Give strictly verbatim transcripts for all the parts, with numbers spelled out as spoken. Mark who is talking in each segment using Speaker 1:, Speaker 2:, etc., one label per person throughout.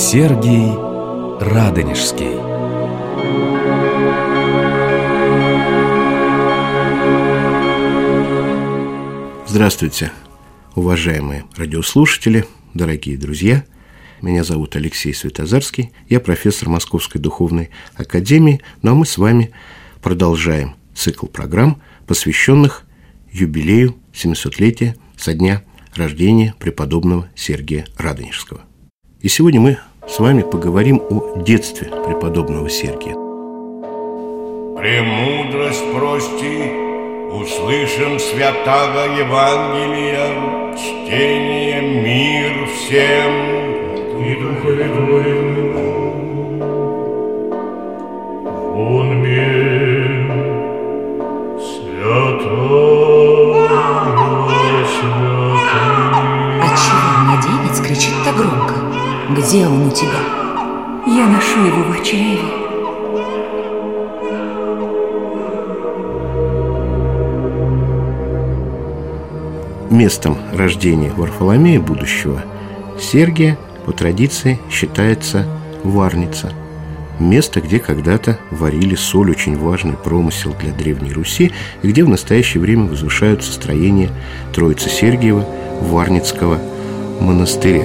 Speaker 1: Сергий Радонежский.
Speaker 2: Здравствуйте, уважаемые радиослушатели, дорогие друзья. Меня зовут Алексей Светозарский, я профессор Московской духовной академии, ну а мы с вами продолжаем цикл программ, посвященных юбилею семисотлетия со дня рождения преподобного Сергия Радонежского. И сегодня мы с вами поговорим о детстве преподобного Сергия.
Speaker 3: Премудрость прости, услышим святаго Евангелия, чтение мир всем и духове твоему. Он мне святого, святого.
Speaker 4: Отчего младенец кричит так громко? Где он у тебя?
Speaker 5: Я ношу его в чреве.
Speaker 2: Местом рождения Варфоломея, будущего Сергия, по традиции считается Варница. Место, где когда-то варили соль, очень важный промысел для Древней Руси, и где в настоящее время возвышаются строения Троицы Сергиева Варницкого монастыря.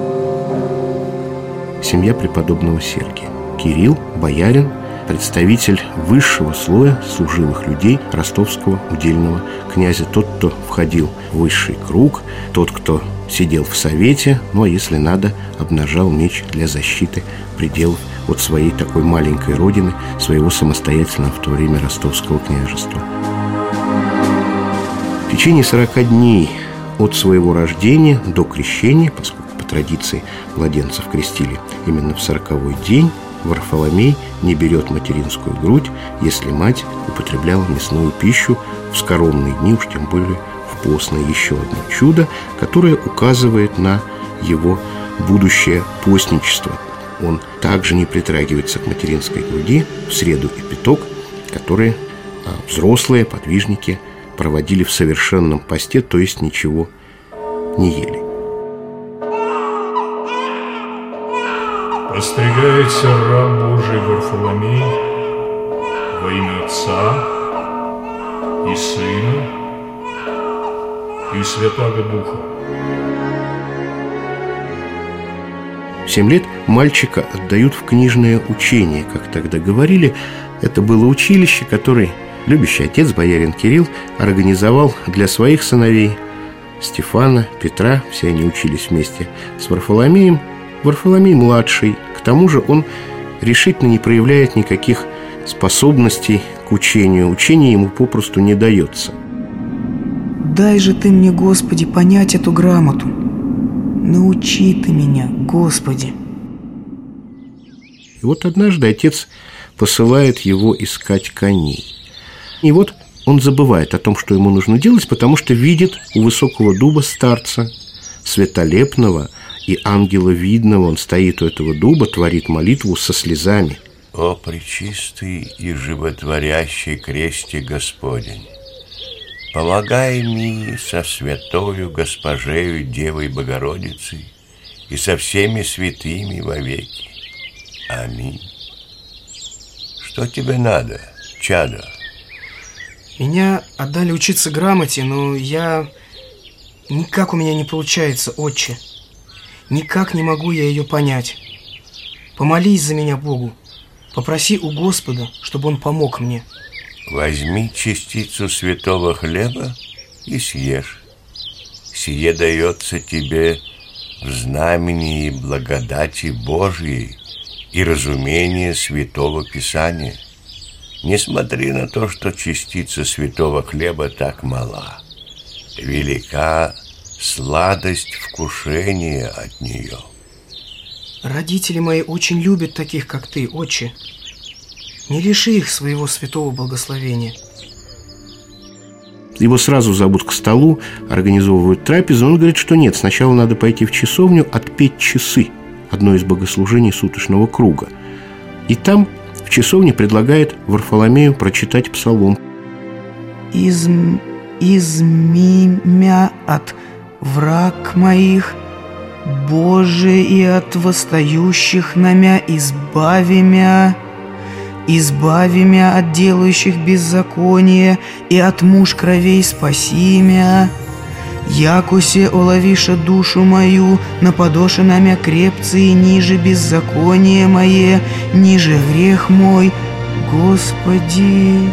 Speaker 2: Семья преподобного Сергия. Кирилл, боярин, представитель высшего слоя служилых людей ростовского удельного князя. Тот, кто входил в высший круг, тот, кто сидел в совете, ну а если надо, обнажал меч для защиты пределов от своей такой маленькой родины, своего самостоятельного в то время ростовского княжества. В течение сорока дней от своего рождения до крещения, поскольку по традиции младенцев крестили именно в сороковой день, Варфоломей не берет материнскую грудь, если мать употребляла мясную пищу в скоромные дни, уж тем более в постное. Еще одно чудо, которое указывает на его будущее постничество. Он также не притрагивается к материнской груди в среду и пяток, которые взрослые подвижники проводили в совершенном посте, то есть ничего не ели.
Speaker 6: Остригается раб Божий Варфоломей во имя Отца и Сына и Святаго Духа.
Speaker 2: В семь лет мальчика отдают в книжное учение, как тогда говорили. Это было училище, которое любящий отец, боярин Кирилл, организовал для своих сыновей Стефана, Петра. Все они учились вместе с Варфоломеем. Варфоломей младший. К тому же он решительно не проявляет никаких способностей к учению. Учение ему попросту не дается.
Speaker 7: Дай же ты мне, Господи, понять эту грамоту. Научи ты меня, Господи.
Speaker 2: И вот однажды отец посылает его искать коней. И вот он забывает о том, что ему нужно делать, потому что видит у высокого дуба старца, светолепного и ангеловидного. Он стоит у этого дуба, творит молитву со слезами.
Speaker 3: О, пречистый и животворящий кресте Господень, помогай мне со святою Госпожею Девой Богородицей и со всеми святыми вовеки. Аминь. Что тебе надо, чадо?
Speaker 7: Меня отдали учиться грамоте, но я... Никак у меня не получается, отче. Никак не могу я ее понять. Помолись за меня Богу. Попроси у Господа, чтобы Он помог мне.
Speaker 3: Возьми частицу святого хлеба и съешь. Сие дается тебе в знамении благодати Божией и разумения Святого Писания. Не смотри на то, что частица святого хлеба так мала. Велика сладость вкушения от нее.
Speaker 7: Родители мои очень любят таких, как ты, отче. Не лиши их своего святого благословения.
Speaker 2: Его сразу зовут к столу, организовывают трапезу. Он говорит, что нет, сначала надо пойти в часовню, отпеть часы, одно из богослужений суточного круга. И там, в часовне, предлагает Варфоломею прочитать псалом.
Speaker 7: Изм... «Изми мя от враг моих, Боже, и от восстающих на мя избави мя, избави мя от делающих беззаконие, и от муж кровей спаси мя. Якусе уловиша душу мою, нападоша на мя крепцы, и ниже беззаконие мое, ниже грех мой, Господи.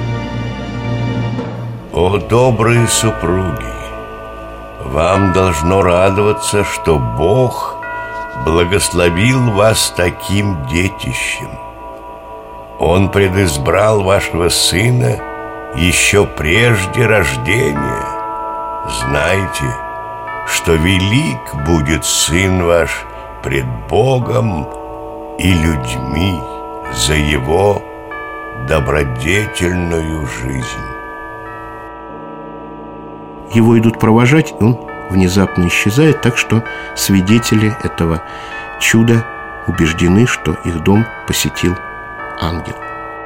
Speaker 3: О, добрые супруги! Вам должно радоваться, что Бог благословил вас таким детищем. Он предизбрал вашего сына еще прежде рождения. Знайте, что велик будет сын ваш пред Богом и людьми за его добродетельную жизнь.
Speaker 2: Его идут провожать, и он внезапно исчезает, так что свидетели этого чуда убеждены, что их дом посетил ангел.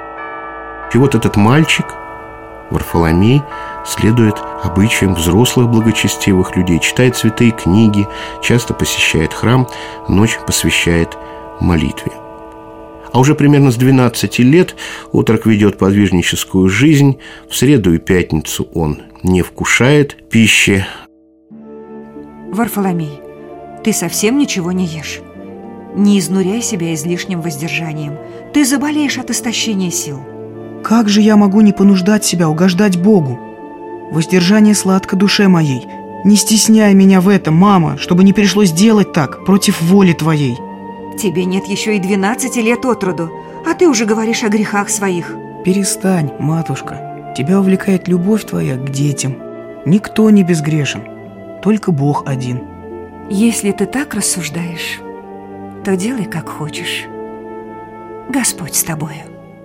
Speaker 2: И вот этот мальчик, Варфоломей, следует обычаям взрослых благочестивых людей, читает святые книги, часто посещает храм, ночь посвящает молитве. А уже примерно с двенадцати лет отрок ведет подвижническую жизнь. В среду и пятницу он не вкушает пищи.
Speaker 5: Варфоломей, ты совсем ничего не ешь. Не изнуряй себя излишним воздержанием. Ты заболеешь от истощения сил.
Speaker 7: Как же я могу не понуждать себя угождать Богу? Воздержание сладко душе моей. Не стесняй меня в этом, мама, чтобы не пришлось делать так против воли твоей.
Speaker 5: Тебе нет еще и двенадцати лет от роду, а ты уже говоришь о грехах своих.
Speaker 7: Перестань, матушка. Тебя увлекает любовь твоя к детям. Никто не безгрешен, только Бог один.
Speaker 5: Если ты так рассуждаешь, то делай как хочешь. Господь с тобою.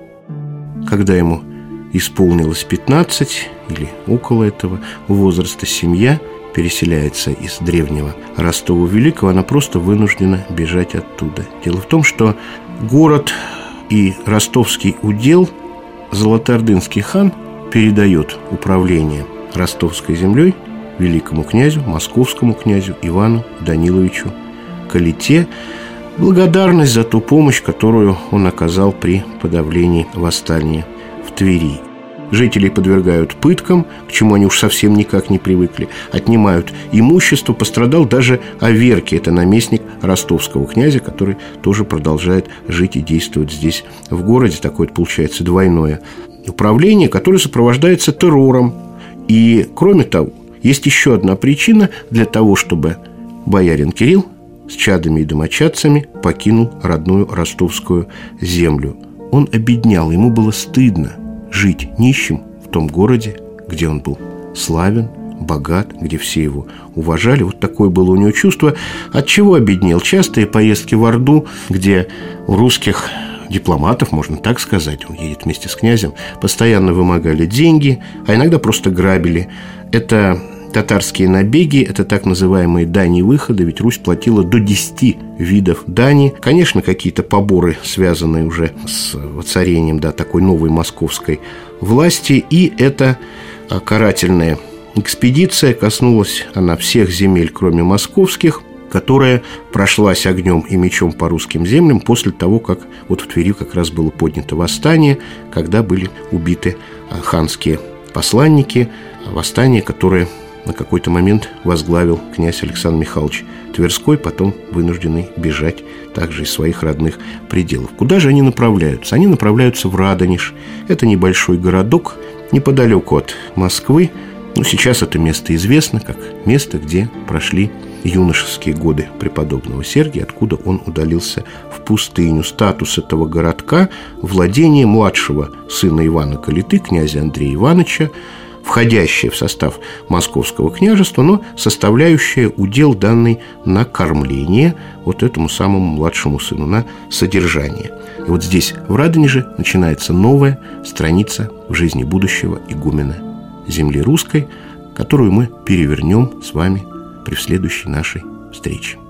Speaker 2: Когда ему исполнилось пятнадцать или около этого возраста, семья переселяется из древнего Ростова Великого, она просто вынуждена бежать оттуда. Дело в том, что город и ростовский удел золотоордынский хан передает управление ростовской землей великому князю, московскому князю Ивану Даниловичу Калите. Благодарность за ту помощь, которую он оказал при подавлении восстания в Твери. Жителей подвергают пыткам, к чему они уж совсем никак не привыкли. Отнимают имущество. Пострадал даже Аверкий, это наместник ростовского князя, который тоже продолжает жить и действовать здесь, в городе. Такое, получается, двойное управление, которое сопровождается террором. И, кроме того, есть еще одна причина для того, чтобы боярин Кирилл с чадами и домочадцами покинул родную ростовскую землю. Он обеднял, ему было стыдно жить нищим в том городе, где он был славен, богат, где все его уважали. Вот такое было у него чувство. От чего обеднел? Частые поездки в Орду, где у русских дипломатов, можно так сказать, он едет вместе с князем, постоянно вымогали деньги, а иногда просто грабили. Это татарские набеги, это так называемые дани выхода, ведь Русь платила до десяти видов дани. Конечно, какие-то поборы, связанные уже с воцарением, да, такой новой московской власти. И эта карательная экспедиция коснулась она всех земель, кроме московских, которая прошлась огнем и мечом по русским землям после того, как вот в Твери как раз было поднято восстание, когда были убиты ханские посланники. Восстание, которое на какой-то момент возглавил князь Александр Михайлович Тверской, потом вынужденный бежать также из своих родных пределов. Куда же они направляются? Они направляются в Радонеж. Это небольшой городок неподалеку от Москвы. Но сейчас это место известно как место, где прошли юношеские годы преподобного Сергия, откуда он удалился в пустыню. Статус этого городка – владение младшего сына Ивана Калиты, князя Андрея Ивановича, входящее в состав Московского княжества, но составляющее удел, данный на кормление вот этому самому младшему сыну, на содержание. И вот здесь, в Радонеже, начинается новая страница в жизни будущего игумена земли русской, которую мы перевернем с вами при следующей нашей встрече.